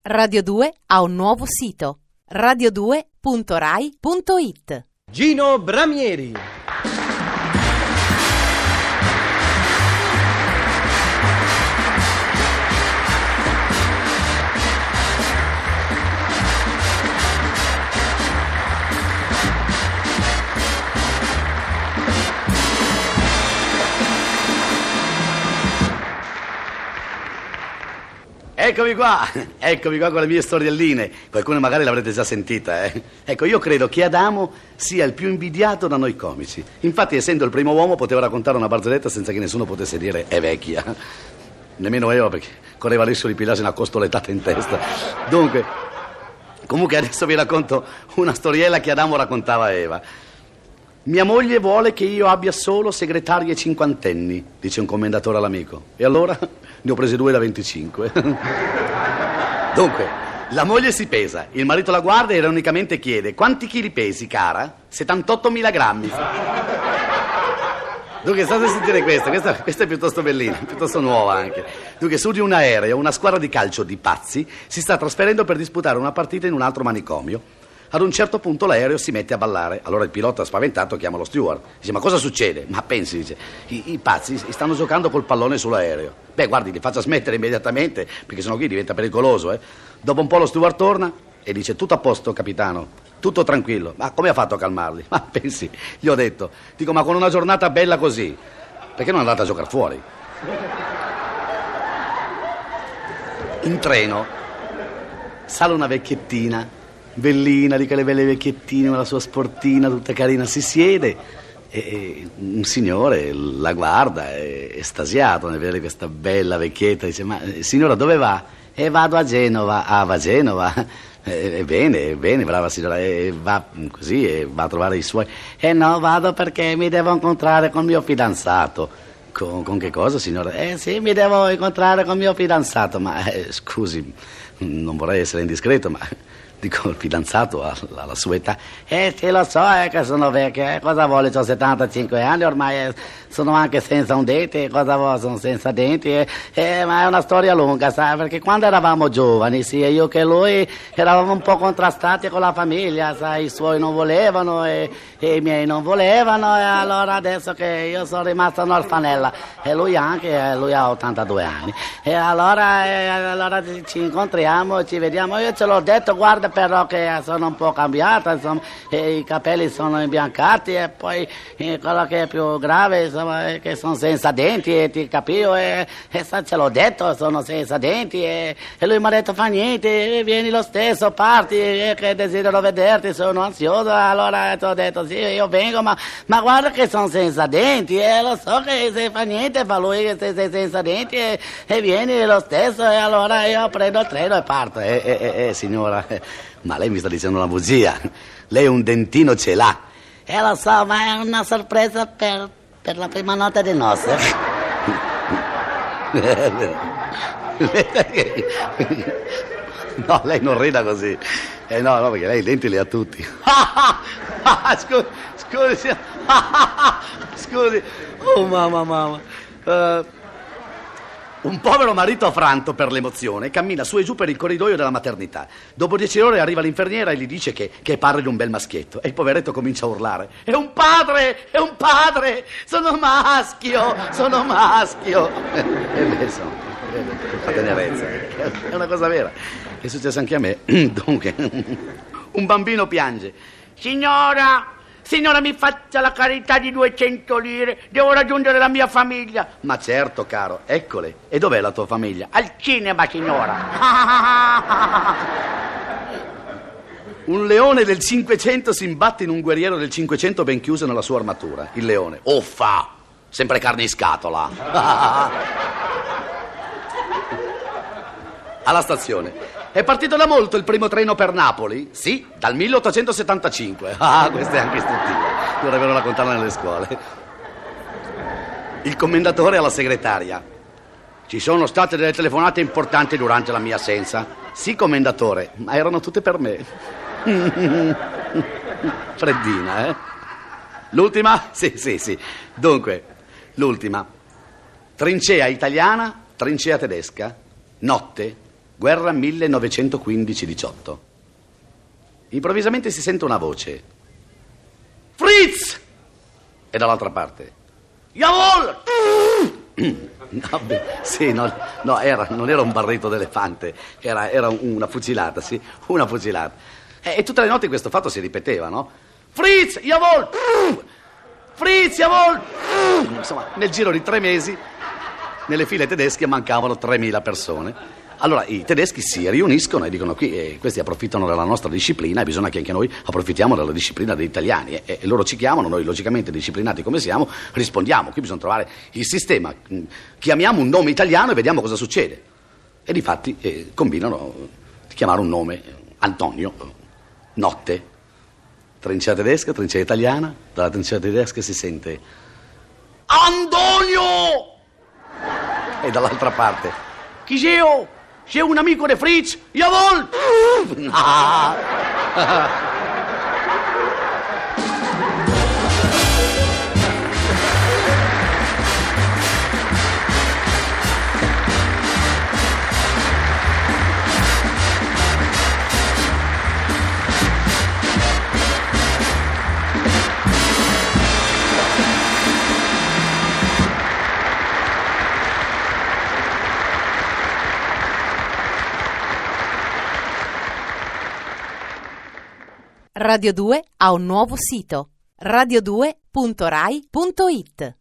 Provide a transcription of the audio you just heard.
Radio 2 ha un nuovo sito, radio2.rai.it. Gino Bramieri. Eccomi qua con le mie storielline. Qualcuno magari l'avrete già sentita, Ecco, io credo che Adamo sia il più invidiato da noi comici. Infatti, essendo il primo uomo, poteva raccontare una barzelletta senza che nessuno potesse dire è vecchia. Nemmeno Eva, perché correva il rischio di pigliarsi una costolettata in testa. Comunque adesso vi racconto una storiella che Adamo raccontava a Eva. Mia moglie vuole che io abbia solo segretarie cinquantenni, dice un commendatore all'amico. E allora ne ho prese 2 da 25. Dunque, la moglie si pesa, il marito la guarda e ironicamente chiede: quanti chili pesi, cara? 78.000 grammi. Dunque, state a sentire questa è piuttosto bellina, piuttosto nuova anche. Dunque, su di un aereo, una squadra di calcio di pazzi si sta trasferendo per disputare una partita in un altro manicomio. Ad un certo punto l'aereo si mette a ballare. Allora il pilota, spaventato, chiama lo steward. Dice: ma cosa succede? Ma pensi, dice, i pazzi stanno giocando col pallone sull'aereo. Beh, guardi, li faccia smettere immediatamente, perché sennò qui diventa pericoloso, Dopo un po' lo steward torna e dice: tutto a posto, capitano, tutto tranquillo. Ma come ha fatto a calmarli? Ma pensi, gli ho detto, ma con una giornata bella così, perché non andate a giocare fuori? In treno sale una vecchiettina, bellina, di quelle belle vecchiettine, con la sua sportina tutta carina, si siede e un signore la guarda, è estasiato nel vedere questa bella vecchietta. Dice: ma signora, dove va? Vado a Genova. Ah, va a Genova? Bene, brava signora. Va così e va a trovare i suoi. No, vado perché mi devo incontrare con mio fidanzato. Con che cosa, signora? Sì, mi devo incontrare con mio fidanzato. Ma scusi, non vorrei essere indiscreto, ma dico, il fidanzato alla sua età. Sì, lo so, che sono vecchio. Cosa vuole? Ho 75 anni ormai, sono anche senza un dente. Cosa vuole? Sono senza denti. Ma è una storia lunga, sai? Perché quando eravamo giovani, sia io che lui, eravamo un po' contrastati con la famiglia, sai? I suoi non volevano e i miei non volevano. E allora adesso che io sono rimasta un'orfanella, e lui anche, lui ha 82 anni. E allora ci incontriamo, ci vediamo. Io ce l'ho detto: guarda, però che sono un po' cambiata, insomma, i capelli sono imbiancati e poi quello che è più grave, insomma, è che sono senza denti, e ti capivo, e ce l'ho detto, sono senza denti, e lui mi ha detto: fa niente, vieni lo stesso, parti, che desidero vederti, sono ansioso. Allora ti ho detto: sì, io vengo, ma guarda che sono senza denti, e lo so che se fa niente, fa lui che sei senza denti, e vieni lo stesso. E allora io prendo il treno e parto. Signora, ma lei mi sta dicendo una bugia. Lei un dentino ce l'ha. Lo so, ma è una sorpresa per la prima notte del nostro. No, lei non rida così. No, perché lei i denti li ha tutti. Scusi. Oh, mamma. Un povero marito affranto per l'emozione cammina su e giù per il corridoio della maternità. Dopo 10 ore arriva l'infermiera e gli dice che è padre di un bel maschietto. E il poveretto comincia a urlare: è un padre! Sono maschio! Fa tenerezza. È una cosa vera. È successo anche a me. Dunque, un bambino piange: Signora, mi faccia la carità di 200 lire, devo raggiungere la mia famiglia. Ma certo, caro, eccole. E dov'è la tua famiglia? Al cinema, signora. Un leone del 500 si imbatte in un guerriero del 500 ben chiuso nella sua armatura. Il leone: uffa, sempre carne in scatola. Alla stazione: è partito da molto il primo treno per Napoli? Sì, dal 1875. Questa è anche istruttiva. Dovrebbero raccontarla nelle scuole. Il commendatore alla segretaria: ci sono state delle telefonate importanti durante la mia assenza. Sì, commendatore, ma erano tutte per me. Freddina, L'ultima? Sì. Dunque, l'ultima. Trincea italiana, trincea tedesca. Notte. Guerra 1915-18. Improvvisamente si sente una voce. Fritz! E dall'altra parte. Jawohl! No, sì, non era un barrito d'elefante, era una fucilata, sì, una fucilata. E tutte le notti questo fatto si ripeteva, no? Fritz, jawohl! Fritz, jawohl! Insomma, nel giro di 3 mesi, nelle file tedesche mancavano 3.000 persone. Allora i tedeschi si riuniscono e dicono questi approfittano della nostra disciplina e bisogna che anche noi approfittiamo della disciplina degli italiani e loro ci chiamano, noi logicamente disciplinati come siamo rispondiamo, qui bisogna trovare il sistema, chiamiamo un nome italiano e vediamo cosa succede e difatti combinano di chiamare un nome, Antonio, notte, trincea tedesca, trincea italiana, dalla trincea tedesca si sente Antonio e dall'altra parte chi sei? C'è un amico di Fritz, jawohl! Radio 2 ha un nuovo sito: radio2.rai.it.